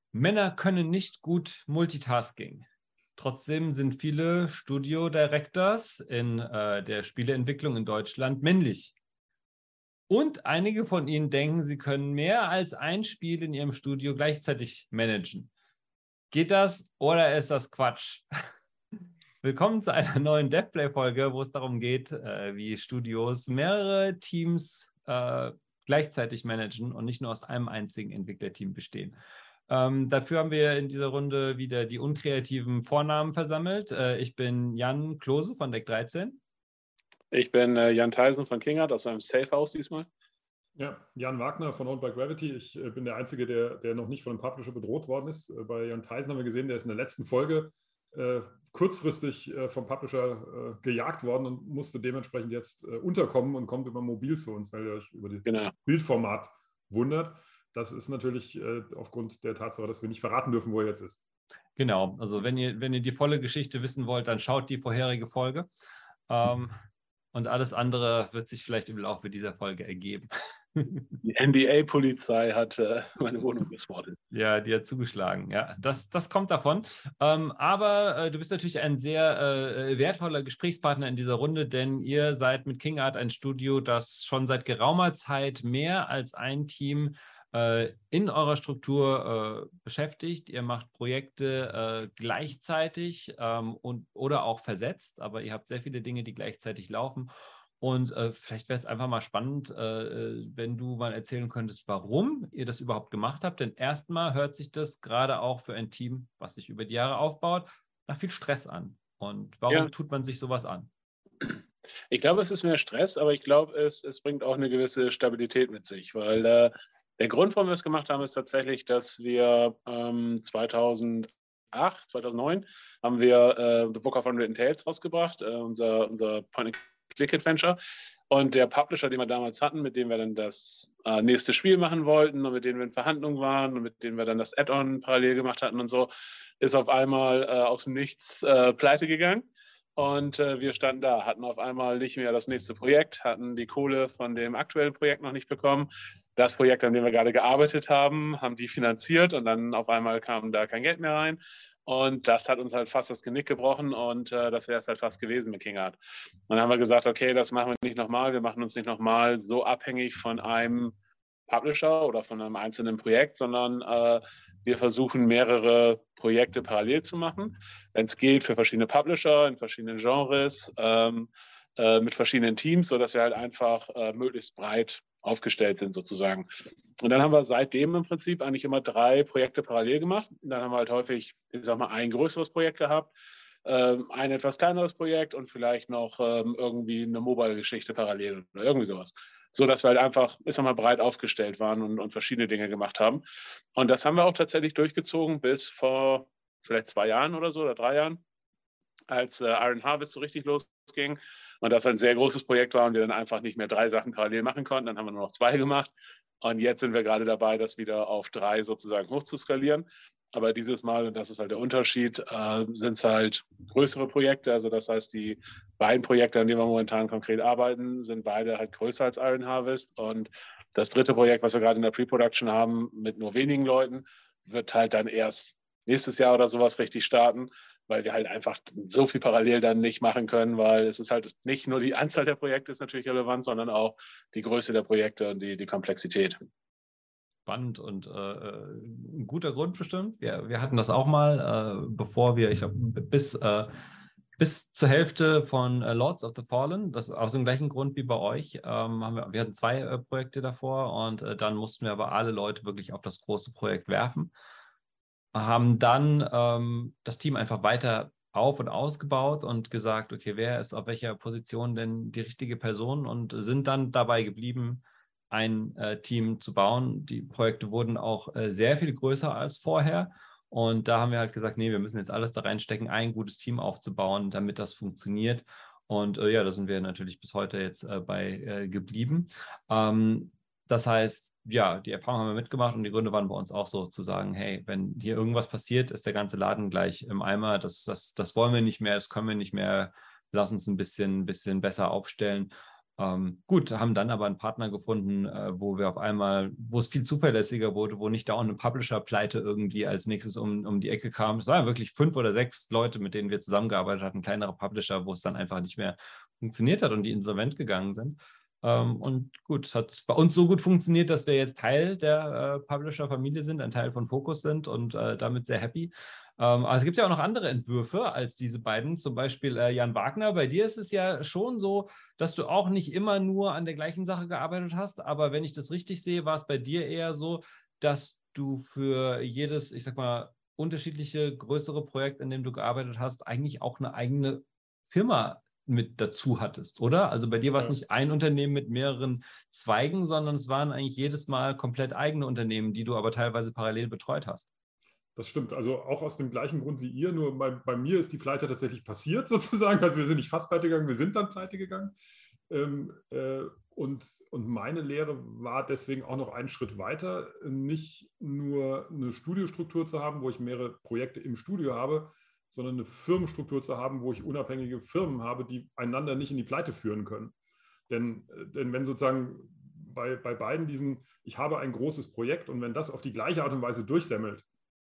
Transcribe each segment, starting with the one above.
Männer können nicht gut Multitasking. Trotzdem sind viele Studio Directors in der Spieleentwicklung in Deutschland männlich. Und einige von ihnen denken, sie können mehr als ein Spiel in ihrem Studio gleichzeitig managen. Geht das oder ist das Quatsch? Willkommen zu einer neuen DevPlay-Folge, wo es darum geht, wie Studios mehrere Teams gleichzeitig managen und nicht nur aus einem einzigen Entwicklerteam bestehen. Dafür haben wir in dieser Runde wieder die unkreativen Vornamen versammelt. Ich bin Jan Klose von Deck 13. Ich bin Jan Theisen von Kingart aus einem Safe House diesmal. Ja, Jan Wagner von Owned by Gravity. Ich bin der Einzige, der noch nicht von einem Publisher bedroht worden ist. Bei Jan Theisen haben wir gesehen, der ist in der letzten Folge kurzfristig vom Publisher gejagt worden und musste dementsprechend jetzt unterkommen und kommt über mobil zu uns, weil er sich über das Bildformat wundert. Das ist natürlich aufgrund der Tatsache, dass wir nicht verraten dürfen, wo er jetzt ist. Genau, also wenn ihr die volle Geschichte wissen wollt, dann schaut die vorherige Folge. Und alles andere wird sich vielleicht im Laufe dieser Folge ergeben. Die NBA-Polizei hat meine Wohnung geswattet. Ja, die hat zugeschlagen. Ja, das kommt davon. Aber du bist natürlich ein sehr wertvoller Gesprächspartner in dieser Runde, denn ihr seid mit Kingart ein Studio, das schon seit geraumer Zeit mehr als ein Team in eurer Struktur beschäftigt. Ihr macht Projekte gleichzeitig oder auch versetzt, aber ihr habt sehr viele Dinge, die gleichzeitig laufen. Und vielleicht wäre es einfach mal spannend, wenn du mal erzählen könntest, warum ihr das überhaupt gemacht habt. Denn erstmal hört sich das gerade auch für ein Team, was sich über die Jahre aufbaut, nach viel Stress an. Und warum tut man sich sowas an? Ich glaube, es ist mehr Stress, aber ich glaube, es bringt auch eine gewisse Stabilität mit sich, weil der Grund, warum wir es gemacht haben, ist tatsächlich, dass wir 2009 haben wir The Book of Unwritten Tales rausgebracht, unser Point-and-Click-Adventure. Und der Publisher, den wir damals hatten, mit dem wir dann das nächste Spiel machen wollten und mit dem wir in Verhandlungen waren und mit dem wir dann das Add-on parallel gemacht hatten und so, ist auf einmal aus dem Nichts pleite gegangen. Und wir standen da, hatten auf einmal nicht mehr das nächste Projekt, hatten die Kohle von dem aktuellen Projekt noch nicht bekommen. Das Projekt, an dem wir gerade gearbeitet haben, haben die finanziert und dann auf einmal kam da kein Geld mehr rein. Und das hat uns halt fast das Genick gebrochen und das wäre es halt fast gewesen mit Kingart. Dann haben wir gesagt, okay, das machen wir nicht nochmal. Wir machen uns nicht nochmal so abhängig von einem Publisher oder von einem einzelnen Projekt, sondern wir versuchen mehrere Projekte parallel zu machen, wenn es geht, für verschiedene Publisher in verschiedenen Genres, mit verschiedenen Teams, sodass wir halt einfach möglichst breit aufgestellt sind sozusagen. Und dann haben wir seitdem im Prinzip eigentlich immer 3 Projekte parallel gemacht. Dann haben wir halt häufig, ich sag mal, ein größeres Projekt gehabt, ein etwas kleineres Projekt und vielleicht noch irgendwie eine Mobile-Geschichte parallel oder irgendwie sowas. So dass wir halt einfach, ich sag mal, breit aufgestellt waren und verschiedene Dinge gemacht haben. Und das haben wir auch tatsächlich durchgezogen bis vor vielleicht 2 Jahren oder so oder 3 Jahren, als Iron Harvest so richtig losging. Und das ein sehr großes Projekt war und wir dann einfach nicht mehr 3 Sachen parallel machen konnten. Dann haben wir nur noch 2 gemacht. Und jetzt sind wir gerade dabei, das wieder auf 3 sozusagen hochzuskalieren. Aber dieses Mal, und das ist halt der Unterschied, sind es halt größere Projekte. Also das heißt, die beiden Projekte, an denen wir momentan konkret arbeiten, sind beide halt größer als Iron Harvest. Und das 3. Projekt, was wir gerade in der Pre-Production haben, mit nur wenigen Leuten, wird halt dann erst nächstes Jahr oder sowas richtig starten, weil wir halt einfach so viel parallel dann nicht machen können, weil es ist halt nicht nur die Anzahl der Projekte ist natürlich relevant, sondern auch die Größe der Projekte und die Komplexität. Spannend und ein guter Grund bestimmt. Wir hatten das auch mal, bevor wir, ich glaube, bis zur Hälfte von Lords of the Fallen, das ist aus dem gleichen Grund wie bei euch, wir hatten 2 Projekte davor und dann mussten wir aber alle Leute wirklich auf das große Projekt werfen, haben dann das Team einfach weiter auf- und ausgebaut und gesagt, okay, wer ist auf welcher Position denn die richtige Person und sind dann dabei geblieben, ein Team zu bauen. Die Projekte wurden auch sehr viel größer als vorher. Und da haben wir halt gesagt, nee, wir müssen jetzt alles da reinstecken, ein gutes Team aufzubauen, damit das funktioniert. Und ja, da sind wir natürlich bis heute jetzt bei geblieben. Das heißt, ja, die Erfahrung haben wir mitgemacht und die Gründe waren bei uns auch so zu sagen, hey, wenn hier irgendwas passiert, ist der ganze Laden gleich im Eimer. Das wollen wir nicht mehr, das können wir nicht mehr. Lass uns ein bisschen besser aufstellen. Gut, haben dann aber einen Partner gefunden, wo wir auf einmal, wo es viel zuverlässiger wurde, wo nicht dauernd eine Publisher-Pleite irgendwie als nächstes um die Ecke kam. Es waren wirklich 5 oder 6 Leute, mit denen wir zusammengearbeitet hatten, kleinere Publisher, wo es dann einfach nicht mehr funktioniert hat und die insolvent gegangen sind. Und gut, es hat bei uns so gut funktioniert, dass wir jetzt Teil der Publisher-Familie sind, ein Teil von Focus sind und damit sehr happy. Aber es gibt ja auch noch andere Entwürfe als diese beiden, zum Beispiel Jan Wagner. Bei dir ist es ja schon so, dass du auch nicht immer nur an der gleichen Sache gearbeitet hast, aber wenn ich das richtig sehe, war es bei dir eher so, dass du für jedes, ich sag mal, unterschiedliche größere Projekt, in dem du gearbeitet hast, eigentlich auch eine eigene Firma mit dazu hattest, oder? Also bei dir war es nicht ein Unternehmen mit mehreren Zweigen, sondern es waren eigentlich jedes Mal komplett eigene Unternehmen, die du aber teilweise parallel betreut hast. Das stimmt, also auch aus dem gleichen Grund wie ihr, nur bei mir ist die Pleite tatsächlich passiert sozusagen. Also wir sind nicht fast pleite gegangen, wir sind dann pleite gegangen. Und meine Lehre war deswegen auch noch einen Schritt weiter, nicht nur eine Studiostruktur zu haben, wo ich mehrere Projekte im Studio habe, sondern eine Firmenstruktur zu haben, wo ich unabhängige Firmen habe, die einander nicht in die Pleite führen können. Denn wenn sozusagen bei beiden diesen, ich habe ein großes Projekt und wenn das auf die gleiche Art und Weise durchsemmelt,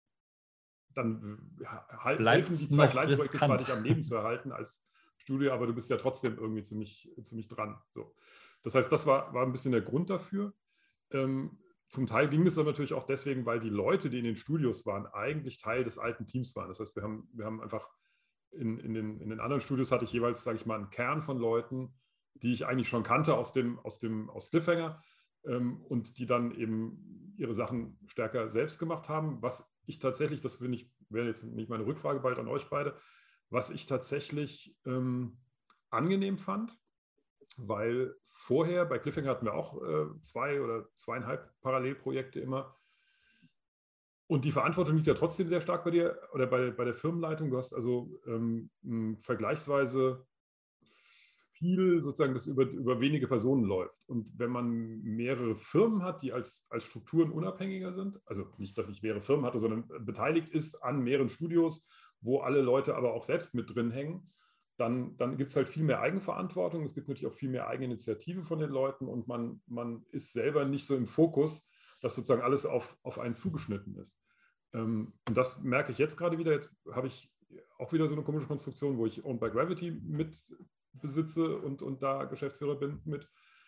dann helfen die 2 kleinen Projekte zwar, dich am Leben zu erhalten als Studio, aber du bist ja trotzdem irgendwie ziemlich dran. So. Das heißt, das war ein bisschen der Grund dafür. Zum Teil ging es aber natürlich auch deswegen, weil die Leute, die in den Studios waren, eigentlich Teil des alten Teams waren. Das heißt, wir haben einfach in den anderen Studios hatte ich jeweils, sage ich mal, einen Kern von Leuten, die ich eigentlich schon kannte aus Cliffhanger und die dann eben ihre Sachen stärker selbst gemacht haben. Was ich tatsächlich, das wäre jetzt nicht meine Rückfrage bald an euch beide, was ich tatsächlich angenehm fand, weil vorher bei Cliffhanger hatten wir auch 2 oder 2,5 Parallelprojekte immer. Und die Verantwortung liegt ja trotzdem sehr stark bei dir oder bei der Firmenleitung. Du hast also vergleichsweise viel sozusagen, das über wenige Personen läuft. Und wenn man mehrere Firmen hat, die als Strukturen unabhängiger sind, also nicht, dass ich mehrere Firmen hatte, sondern beteiligt ist an mehreren Studios, wo alle Leute aber auch selbst mit drin hängen, dann gibt es halt viel mehr Eigenverantwortung. Es gibt natürlich auch viel mehr Eigeninitiative von den Leuten und man ist selber nicht so im Fokus, dass sozusagen alles auf einen zugeschnitten ist. Und das merke ich jetzt gerade wieder. Jetzt habe ich auch wieder so eine komische Konstruktion, wo ich Owned by Gravity mit besitze und da Geschäftsführer bin mit,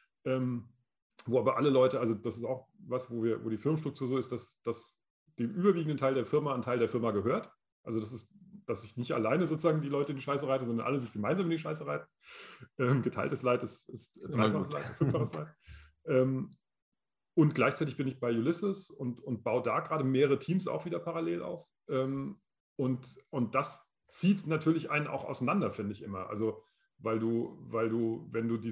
wo aber alle Leute, also das ist auch was, wo die Firmenstruktur so ist, dass dem überwiegenden Teil der Firma ein Teil der Firma gehört. Also das ist, dass ich nicht alleine sozusagen die Leute in die Scheiße reite, sondern alle sich gemeinsam in die Scheiße reiten. Geteiltes Leid ist dreifaches Leid, 5-faches Leid. Und gleichzeitig bin ich bei Ulysses und baue da gerade mehrere Teams auch wieder parallel auf. Und das zieht natürlich einen auch auseinander, finde ich immer. Also weil du, wenn du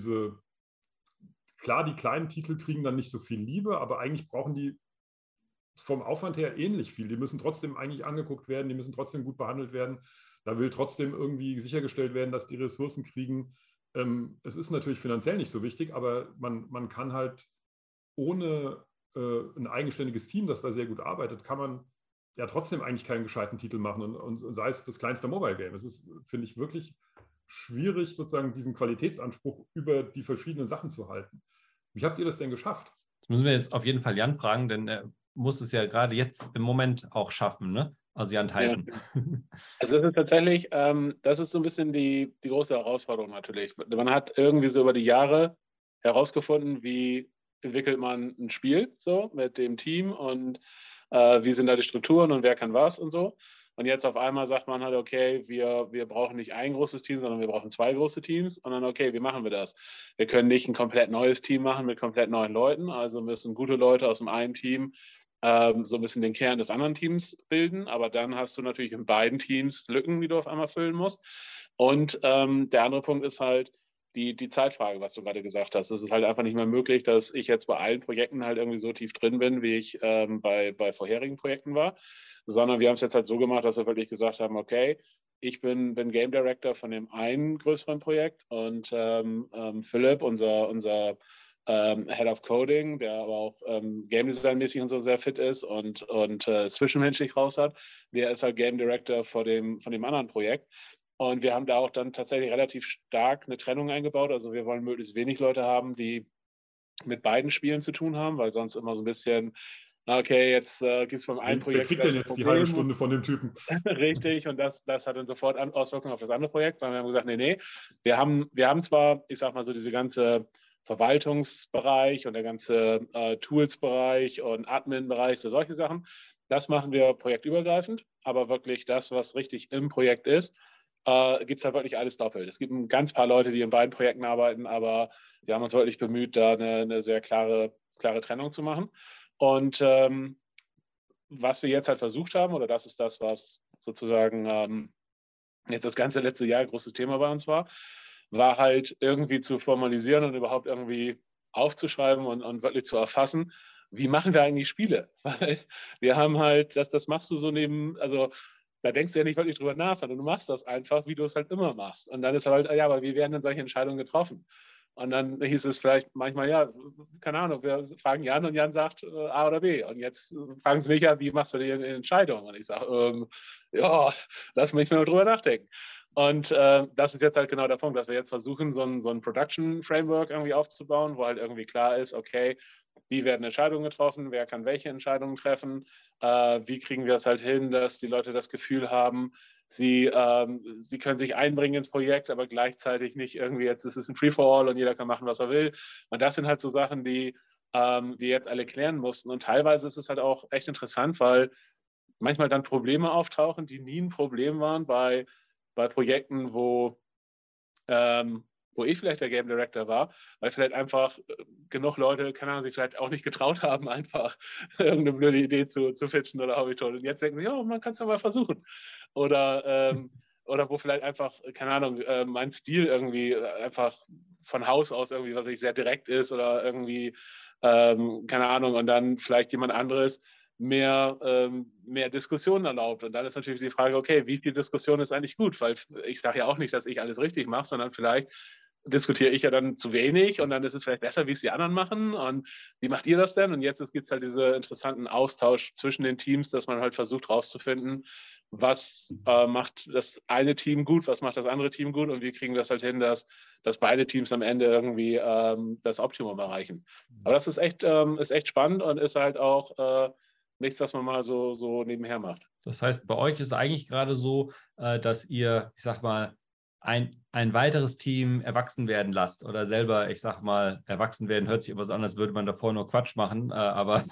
klar, die kleinen Titel kriegen dann nicht so viel Liebe, aber eigentlich brauchen die vom Aufwand her ähnlich viel. Die müssen trotzdem eigentlich angeguckt werden, die müssen trotzdem gut behandelt werden. Da will trotzdem irgendwie sichergestellt werden, dass die Ressourcen kriegen. Es ist natürlich finanziell nicht so wichtig, aber man kann halt ohne ein eigenständiges Team, das da sehr gut arbeitet, kann man ja trotzdem eigentlich keinen gescheiten Titel machen und sei es das kleinste Mobile-Game. Es ist, finde ich, wirklich schwierig, sozusagen diesen Qualitätsanspruch über die verschiedenen Sachen zu halten. Wie habt ihr das denn geschafft? Das müssen wir jetzt auf jeden Fall Jan fragen, denn er muss es ja gerade jetzt im Moment auch schaffen, ne? Also Jan Theissen. Ja. Also das ist tatsächlich, das ist so ein bisschen die große Herausforderung natürlich. Man hat irgendwie so über die Jahre herausgefunden, wie entwickelt man ein Spiel so mit dem Team und wie sind da die Strukturen und wer kann was und so. Und jetzt auf einmal sagt man halt, okay, wir brauchen nicht ein großes Team, sondern wir brauchen 2 große Teams. Und dann, okay, wie machen wir das? Wir können nicht ein komplett neues Team machen mit komplett neuen Leuten. Also müssen gute Leute aus dem einen Team so ein bisschen den Kern des anderen Teams bilden. Aber dann hast du natürlich in beiden Teams Lücken, die du auf einmal füllen musst. Und der andere Punkt ist halt die Zeitfrage, was du gerade gesagt hast. Es ist halt einfach nicht mehr möglich, dass ich jetzt bei allen Projekten halt irgendwie so tief drin bin, wie ich bei vorherigen Projekten war. Sondern wir haben es jetzt halt so gemacht, dass wir wirklich gesagt haben, okay, ich bin Game Director von dem einen größeren Projekt und Philipp, unser Head of Coding, der aber auch Game Design-mäßig und so sehr fit ist und zwischenmenschlich raus hat, der ist halt Game Director von dem anderen Projekt. Und wir haben da auch dann tatsächlich relativ stark eine Trennung eingebaut. Also wir wollen möglichst wenig Leute haben, die mit beiden Spielen zu tun haben, weil sonst immer so ein bisschen, okay, jetzt gibt es beim einen Wer Projekt kriegt denn jetzt die halbe Stunde von dem Typen? Richtig, und das hat dann sofort Auswirkungen auf das andere Projekt, sondern wir haben gesagt, nee, wir haben zwar, ich sag mal so, diese ganze Verwaltungsbereich und der ganze Tools-Bereich und Admin-Bereich, so solche Sachen, das machen wir projektübergreifend, aber wirklich das, was richtig im Projekt ist, gibt es halt wirklich alles doppelt. Es gibt ein ganz paar Leute, die in beiden Projekten arbeiten, aber wir haben uns wirklich bemüht, da eine sehr klare Trennung zu machen. Und was wir jetzt halt versucht haben, oder das ist das, was sozusagen jetzt das ganze letzte Jahr ein großes Thema bei uns war halt irgendwie zu formalisieren und überhaupt irgendwie aufzuschreiben und wirklich zu erfassen, wie machen wir eigentlich Spiele? Weil wir haben halt, das machst du so also da denkst du ja nicht wirklich drüber nach, sondern du machst das einfach, wie du es halt immer machst. Und dann ist halt, ja, aber wie werden denn solche Entscheidungen getroffen? Und dann hieß es vielleicht manchmal, ja, keine Ahnung, wir fragen Jan und Jan sagt A oder B. Und jetzt fragen sie mich ja, wie machst du die Entscheidung? Und ich sage, ja, lass mich mal drüber nachdenken. Und das ist jetzt halt genau der Punkt, dass wir jetzt versuchen, so ein Production-Framework irgendwie aufzubauen, wo halt irgendwie klar ist, okay, wie werden Entscheidungen getroffen, wer kann welche Entscheidungen treffen, wie kriegen wir es halt hin, dass die Leute das Gefühl haben, sie können sich einbringen ins Projekt, aber gleichzeitig nicht irgendwie jetzt ist es ein Free-for-all und jeder kann machen, was er will. Und das sind halt so Sachen, die wir jetzt alle klären mussten. Und teilweise ist es halt auch echt interessant, weil manchmal dann Probleme auftauchen, die nie ein Problem waren bei Projekten, wo ich vielleicht der Game Director war, weil vielleicht einfach genug Leute, keine Ahnung, sich vielleicht auch nicht getraut haben, einfach irgendeine blöde Idee zu pitchen oder Hobbyton. Und jetzt denken sie, ja, man kann es ja mal versuchen. Oder wo vielleicht einfach, keine Ahnung, mein Stil irgendwie einfach von Haus aus irgendwie, was ich sehr direkt ist oder irgendwie, keine Ahnung, und dann vielleicht jemand anderes mehr Diskussionen erlaubt. Und dann ist natürlich die Frage, okay, wie viel Diskussion ist eigentlich gut? Weil ich sage ja auch nicht, dass ich alles richtig mache, sondern vielleicht diskutiere ich ja dann zu wenig und dann ist es vielleicht besser, wie es die anderen machen. Und wie macht ihr das denn? Und jetzt gibt es halt diesen interessanten Austausch zwischen den Teams, dass man halt versucht herauszufinden, was macht das eine Team gut, was macht das andere Team gut und wie kriegen wir es halt hin, dass beide Teams am Ende irgendwie das Optimum erreichen. Aber das ist echt spannend und ist halt auch nichts, was man mal so nebenher macht. Das heißt, bei euch ist eigentlich gerade so, dass ihr, ich sag mal, ein weiteres Team erwachsen werden lasst oder selber, ich sag mal, erwachsen werden, hört sich immer so an, als würde man davor nur Quatsch machen, aber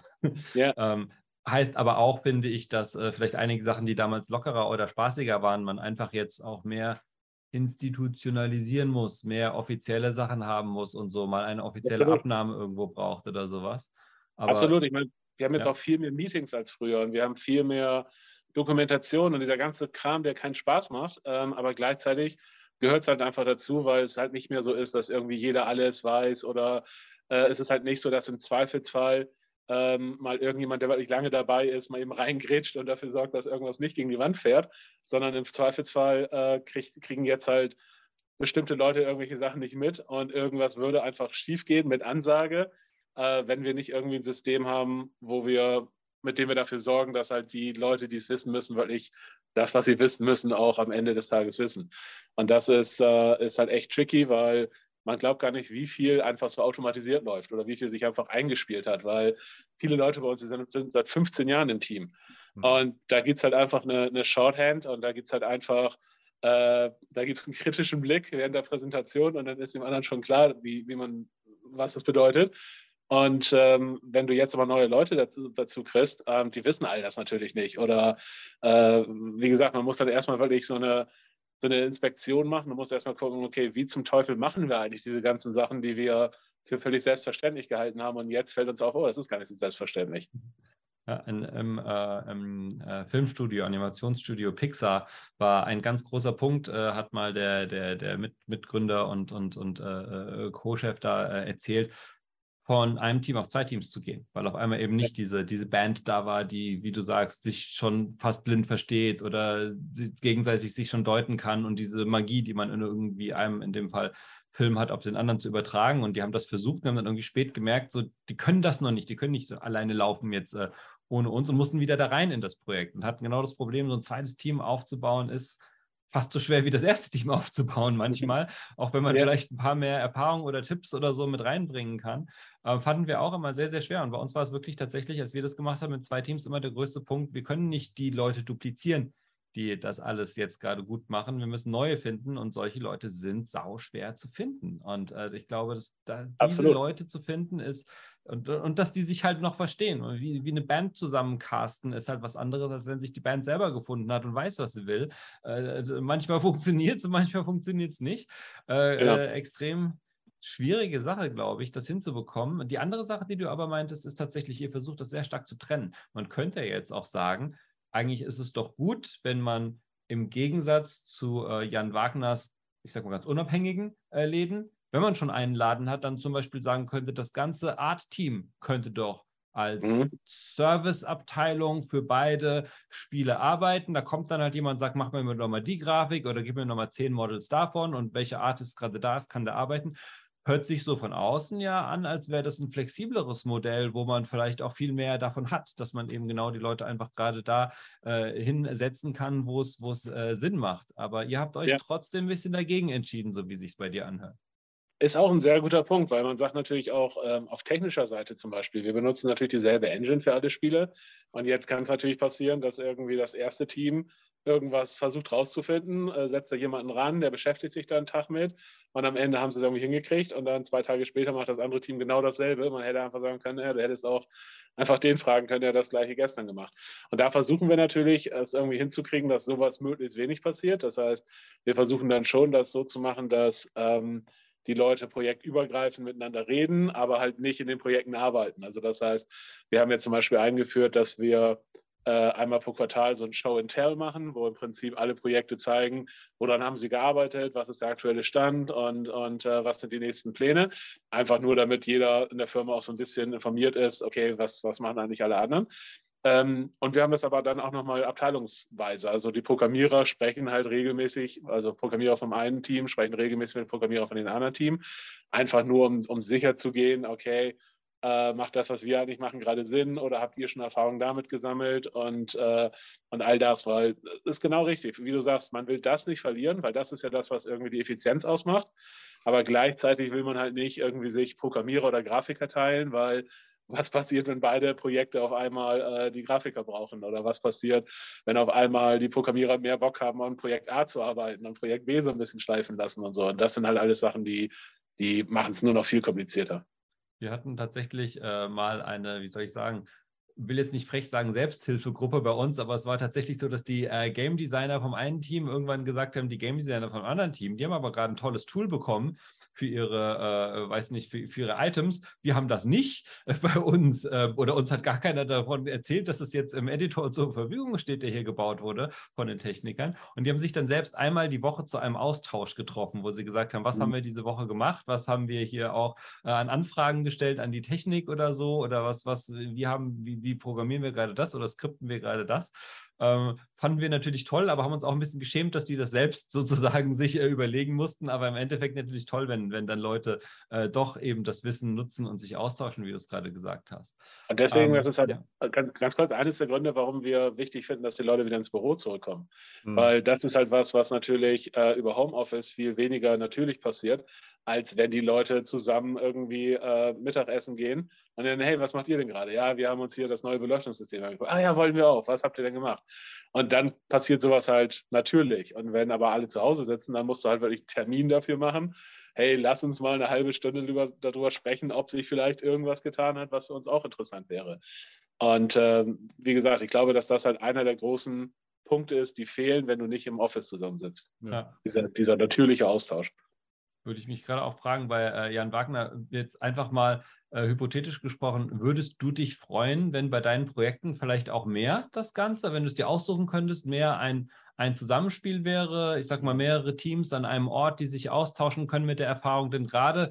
Ja. heißt aber auch, finde ich, dass vielleicht einige Sachen, die damals lockerer oder spaßiger waren, man einfach jetzt auch mehr institutionalisieren muss, mehr offizielle Sachen haben muss und so mal eine offizielle Absolut. Abnahme irgendwo braucht oder sowas. Aber Absolut. Ich meine, wir haben jetzt ja. auch viel mehr Meetings als früher und wir haben viel mehr Dokumentation und dieser ganze Kram, der keinen Spaß macht, aber gleichzeitig gehört es halt einfach dazu, weil es halt nicht mehr so ist, dass irgendwie jeder alles weiß oder es ist halt nicht so, dass im Zweifelsfall mal irgendjemand, der wirklich lange dabei ist, mal eben reingrätscht und dafür sorgt, dass irgendwas nicht gegen die Wand fährt, sondern im Zweifelsfall kriegen jetzt halt bestimmte Leute irgendwelche Sachen nicht mit und irgendwas würde einfach schief gehen mit Ansage, wenn wir nicht irgendwie ein System haben, mit dem wir dafür sorgen, dass halt die Leute, die es wissen müssen, wirklich das, was sie wissen müssen, auch am Ende des Tages wissen. Und das ist halt echt tricky, weil man glaubt gar nicht, wie viel einfach so automatisiert läuft oder wie viel sich einfach eingespielt hat, weil viele Leute bei uns sind seit 15 Jahren im Team. Und da gibt es halt einfach eine Shorthand und da gibt es halt einfach da gibt es einen kritischen Blick während der Präsentation und dann ist dem anderen schon klar, was das bedeutet. Und wenn du jetzt aber neue Leute dazu kriegst, die wissen all das natürlich nicht. Oder wie gesagt, man muss dann erstmal wirklich so eine Inspektion machen. Man muss erstmal gucken, okay, wie zum Teufel machen wir eigentlich diese ganzen Sachen, die wir für völlig selbstverständlich gehalten haben. Und jetzt fällt uns auf, oh, das ist gar nicht so selbstverständlich. Ja, im Filmstudio, Animationsstudio Pixar war ein ganz großer Punkt, hat mal der Mitgründer und Co-Chef da erzählt, von einem Team auf 2 Teams zu gehen, weil auf einmal eben nicht diese Band da war, die, wie du sagst, sich schon fast blind versteht oder gegenseitig sich schon deuten kann und diese Magie, die man in irgendwie einem, in dem Fall Film hat, auf den anderen zu übertragen, und die haben das versucht und haben dann irgendwie spät gemerkt, so, die können das noch nicht, die können nicht so alleine laufen jetzt ohne uns, und mussten wieder da rein in das Projekt und hatten genau das Problem, so ein zweites Team aufzubauen ist fast so schwer wie das erste Team aufzubauen manchmal, auch wenn man vielleicht ein paar mehr Erfahrungen oder Tipps oder so mit reinbringen kann. Fanden wir auch immer sehr, sehr schwer. Und bei uns war es wirklich tatsächlich, als wir das gemacht haben mit 2 Teams, immer der größte Punkt, wir können nicht die Leute duplizieren, die das alles jetzt gerade gut machen. Wir müssen neue finden und solche Leute sind sau schwer zu finden. Und ich glaube, dass diese Leute zu finden ist und dass die sich halt noch verstehen. Und wie eine Band zusammencasten ist halt was anderes, als wenn sich die Band selber gefunden hat und weiß, was sie will. Manchmal funktioniert es und manchmal funktioniert es nicht. Extrem schwierige Sache, glaube ich, das hinzubekommen. Die andere Sache, die du aber meintest, ist tatsächlich, ihr versucht das sehr stark zu trennen. Man könnte ja jetzt auch sagen, eigentlich ist es doch gut, wenn man im Gegensatz zu Jan Wagners, ich sage mal ganz unabhängigen Läden, wenn man schon einen Laden hat, dann zum Beispiel sagen könnte, das ganze Art-Team könnte doch als Serviceabteilung für beide Spiele arbeiten. Da kommt dann halt jemand und sagt, mach mir nochmal die Grafik oder gib mir nochmal 10 Models davon und welcher Artist gerade da ist, kann der arbeiten. Hört sich so von außen ja an, als wäre das ein flexibleres Modell, wo man vielleicht auch viel mehr davon hat, dass man eben genau die Leute einfach gerade da hinsetzen kann, wo es Sinn macht. Aber ihr habt euch trotzdem ein bisschen dagegen entschieden, so wie sich es bei dir anhört. Ist auch ein sehr guter Punkt, weil man sagt natürlich auch auf technischer Seite zum Beispiel, wir benutzen natürlich dieselbe Engine für alle Spiele und jetzt kann es natürlich passieren, dass irgendwie das erste Team irgendwas versucht rauszufinden, setzt da jemanden ran, der beschäftigt sich da einen Tag mit und am Ende haben sie es irgendwie hingekriegt und dann 2 Tage später macht das andere Team genau dasselbe. Man hätte einfach sagen können, ja, du hättest auch einfach den fragen können, der hat das gleiche gestern gemacht. Und da versuchen wir natürlich, es irgendwie hinzukriegen, dass sowas möglichst wenig passiert. Das heißt, wir versuchen dann schon, das so zu machen, dass die Leute projektübergreifend miteinander reden, aber halt nicht in den Projekten arbeiten. Also das heißt, wir haben jetzt zum Beispiel eingeführt, dass wir einmal pro Quartal so ein Show and Tell machen, wo im Prinzip alle Projekte zeigen, woran haben sie gearbeitet, was ist der aktuelle Stand und was sind die nächsten Pläne. Einfach nur, damit jeder in der Firma auch so ein bisschen informiert ist, okay, was machen eigentlich alle anderen. Und wir haben das aber dann auch nochmal abteilungsweise. Also die Programmierer sprechen halt regelmäßig, also Programmierer vom einen Team sprechen regelmäßig mit Programmierer von den anderen Team. Einfach nur, um sicher zu gehen, okay, macht das, was wir eigentlich machen, gerade Sinn oder habt ihr schon Erfahrungen damit gesammelt und all das, weil das ist genau richtig. Wie du sagst, man will das nicht verlieren, weil das ist ja das, was irgendwie die Effizienz ausmacht. Aber gleichzeitig will man halt nicht irgendwie sich Programmierer oder Grafiker teilen, weil was passiert, wenn beide Projekte auf einmal die Grafiker brauchen? Oder was passiert, wenn auf einmal die Programmierer mehr Bock haben, an Projekt A zu arbeiten und Projekt B so ein bisschen schleifen lassen und so. Und das sind halt alles Sachen, die machen es nur noch viel komplizierter. Wir hatten tatsächlich mal eine, wie soll ich sagen, will jetzt nicht frech sagen, Selbsthilfegruppe bei uns, aber es war tatsächlich so, dass die Game Designer vom einen Team irgendwann gesagt haben, die Game Designer vom anderen Team, die haben aber gerade ein tolles Tool bekommen für ihre, weiß nicht, für ihre Items. Wir haben das nicht bei uns oder uns hat gar keiner davon erzählt, dass es jetzt im Editor zur Verfügung steht, der hier gebaut wurde von den Technikern. Und die haben sich dann selbst einmal die Woche zu einem Austausch getroffen, wo sie gesagt haben, was haben wir diese Woche gemacht, was haben wir hier auch an Anfragen gestellt an die Technik oder so oder wie programmieren wir gerade das oder skripten wir gerade das. Fanden wir natürlich toll, aber haben uns auch ein bisschen geschämt, dass die das selbst sozusagen sich überlegen mussten. Aber im Endeffekt natürlich toll, wenn dann Leute doch eben das Wissen nutzen und sich austauschen, wie du es gerade gesagt hast. Und deswegen, das ist halt ganz, ganz kurz eines der Gründe, warum wir wichtig finden, dass die Leute wieder ins Büro zurückkommen. Weil das ist halt was natürlich über Homeoffice viel weniger natürlich passiert, als wenn die Leute zusammen irgendwie Mittagessen gehen und dann, hey, was macht ihr denn gerade? Ja, wir haben uns hier das neue Beleuchtungssystem angeguckt. Ah ja, wollen wir auch. Was habt ihr denn gemacht? Und dann passiert sowas halt natürlich. Und wenn aber alle zu Hause sitzen, dann musst du halt wirklich einen Termin dafür machen. Hey, lass uns mal eine halbe Stunde darüber sprechen, ob sich vielleicht irgendwas getan hat, was für uns auch interessant wäre. Und wie gesagt, ich glaube, dass das halt einer der großen Punkte ist, die fehlen, wenn du nicht im Office zusammensitzt. Ja. Dieser natürliche Austausch. Würde ich mich gerade auch fragen, bei Jan Wagner jetzt einfach mal hypothetisch gesprochen, würdest du dich freuen, wenn bei deinen Projekten vielleicht auch mehr das Ganze, wenn du es dir aussuchen könntest, mehr ein Zusammenspiel wäre, ich sag mal mehrere Teams an einem Ort, die sich austauschen können mit der Erfahrung, denn gerade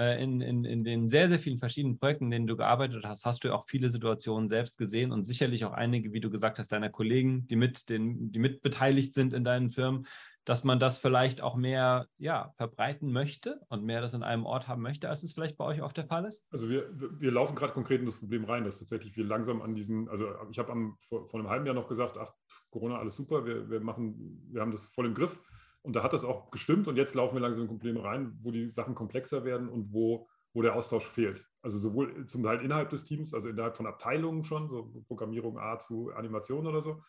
in den sehr, sehr vielen verschiedenen Projekten, in denen du gearbeitet hast, hast du auch viele Situationen selbst gesehen und sicherlich auch einige, wie du gesagt hast, deiner Kollegen, die mit beteiligt sind in deinen Firmen, dass man das vielleicht auch mehr verbreiten möchte und mehr das in einem Ort haben möchte, als es vielleicht bei euch oft der Fall ist? Also wir laufen gerade konkret in das Problem rein, dass tatsächlich wir langsam an diesen, also ich habe vor einem halben Jahr noch gesagt, ach, Corona, alles super, wir haben das voll im Griff. Und da hat das auch gestimmt und jetzt laufen wir langsam in Probleme rein, wo die Sachen komplexer werden und wo der Austausch fehlt. Also sowohl zum Teil innerhalb des Teams, also innerhalb von Abteilungen schon, so Programmierung A zu Animation oder so,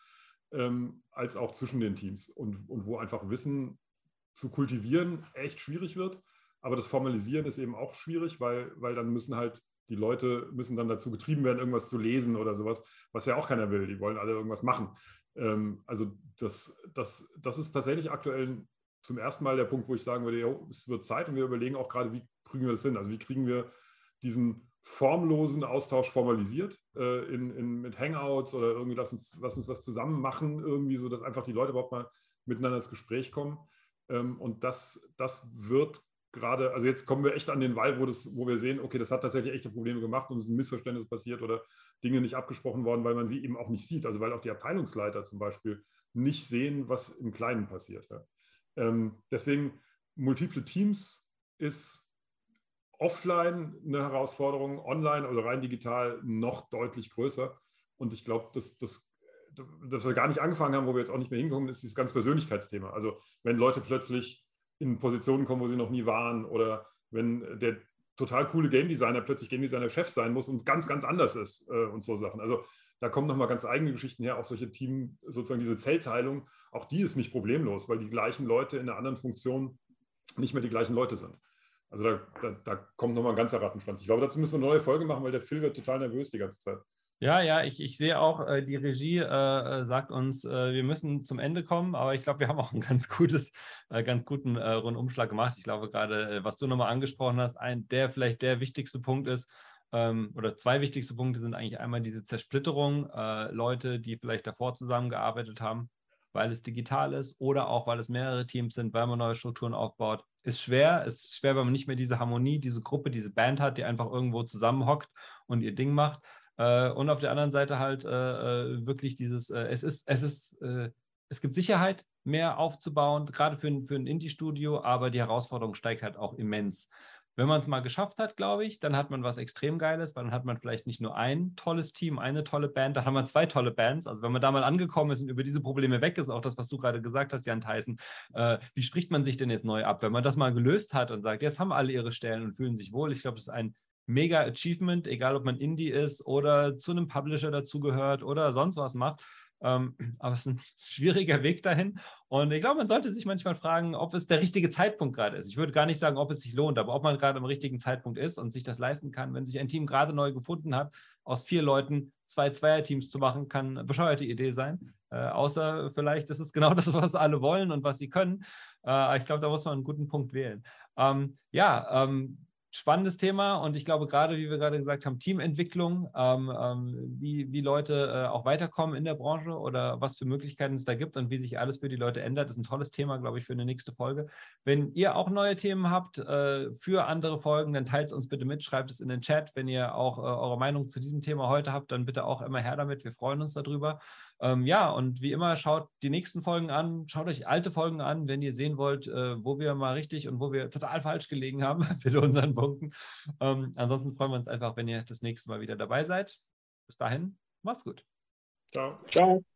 als auch zwischen den Teams und wo einfach Wissen zu kultivieren echt schwierig wird. Aber das Formalisieren ist eben auch schwierig, weil dann die Leute müssen dann dazu getrieben werden, irgendwas zu lesen oder sowas, was ja auch keiner will. Die wollen alle irgendwas machen. Also das ist tatsächlich aktuell zum ersten Mal der Punkt, wo ich sagen würde, jo, es wird Zeit und wir überlegen auch gerade, wie kriegen wir das hin? Also wie kriegen wir diesen formlosen Austausch formalisiert mit Hangouts oder irgendwie lass uns das zusammen machen, irgendwie so, dass einfach die Leute überhaupt mal miteinander ins Gespräch kommen. Und das wird gerade, also jetzt kommen wir echt an den Wall, wo wir sehen, okay, das hat tatsächlich echte Probleme gemacht und es ist ein Missverständnis passiert oder Dinge nicht abgesprochen worden, weil man sie eben auch nicht sieht. Also weil auch die Abteilungsleiter zum Beispiel nicht sehen, was im Kleinen passiert. Ja. Deswegen multiple Teams ist offline eine Herausforderung, online oder rein digital noch deutlich größer. Und ich glaube, dass wir gar nicht angefangen haben, wo wir jetzt auch nicht mehr hinkommen, ist dieses ganze Persönlichkeitsthema. Also wenn Leute plötzlich in Positionen kommen, wo sie noch nie waren oder wenn der total coole Game Designer plötzlich Game Designer Chef sein muss und ganz, ganz anders ist und so Sachen. Also da kommen nochmal ganz eigene Geschichten her, auch solche Team, sozusagen diese Zellteilung, auch die ist nicht problemlos, weil die gleichen Leute in einer anderen Funktion nicht mehr die gleichen Leute sind. Also da kommt nochmal ein ganzer Rattenschwanz. Ich glaube, dazu müssen wir eine neue Folge machen, weil der Phil wird total nervös die ganze Zeit. Ja, ich sehe auch, die Regie sagt uns, wir müssen zum Ende kommen, aber ich glaube, wir haben auch einen ganz guten Rundumschlag gemacht. Ich glaube gerade, was du nochmal angesprochen hast, vielleicht der wichtigste Punkt ist, oder zwei wichtigste Punkte sind eigentlich einmal diese Zersplitterung, Leute, die vielleicht davor zusammengearbeitet haben, weil es digital ist oder auch, weil es mehrere Teams sind, weil man neue Strukturen aufbaut. Ist schwer, weil man nicht mehr diese Harmonie, diese Gruppe, diese Band hat, die einfach irgendwo zusammenhockt und ihr Ding macht. Und auf der anderen Seite halt wirklich dieses, es gibt Sicherheit, mehr aufzubauen, gerade für ein Indie-Studio, aber die Herausforderung steigt halt auch immens. Wenn man es mal geschafft hat, glaube ich, dann hat man was extrem Geiles, weil dann hat man vielleicht nicht nur ein tolles Team, eine tolle Band, dann haben wir zwei tolle Bands. Also wenn man da mal angekommen ist und über diese Probleme weg ist, auch das, was du gerade gesagt hast, Jan Theissen, wie spricht man sich denn jetzt neu ab? Wenn man das mal gelöst hat und sagt, jetzt haben alle ihre Stellen und fühlen sich wohl, ich glaube, das ist ein mega Achievement, egal ob man Indie ist oder zu einem Publisher dazugehört oder sonst was macht. Aber es ist ein schwieriger Weg dahin. Und ich glaube, man sollte sich manchmal fragen, ob es der richtige Zeitpunkt gerade ist. Ich würde gar nicht sagen, ob es sich lohnt, aber ob man gerade am richtigen Zeitpunkt ist und sich das leisten kann. Wenn sich ein Team gerade neu gefunden hat, aus 4 Leuten 2 Zweierteams zu machen, kann eine bescheuerte Idee sein. Außer vielleicht ist es genau das, was alle wollen und was sie können. Ich glaube, da muss man einen guten Punkt wählen. Spannendes Thema und ich glaube gerade, wie wir gerade gesagt haben, Teamentwicklung, wie Leute auch weiterkommen in der Branche oder was für Möglichkeiten es da gibt und wie sich alles für die Leute ändert, ist ein tolles Thema, glaube ich, für eine nächste Folge. Wenn ihr auch neue Themen habt für andere Folgen, dann teilt es uns bitte mit, schreibt es in den Chat. Wenn ihr auch eure Meinung zu diesem Thema heute habt, dann bitte auch immer her damit. Wir freuen uns darüber. Und wie immer, schaut die nächsten Folgen an, schaut euch alte Folgen an, wenn ihr sehen wollt, wo wir mal richtig und wo wir total falsch gelegen haben mit unseren Punkten. Ansonsten freuen wir uns einfach, wenn ihr das nächste Mal wieder dabei seid. Bis dahin, macht's gut. Ciao. Ciao.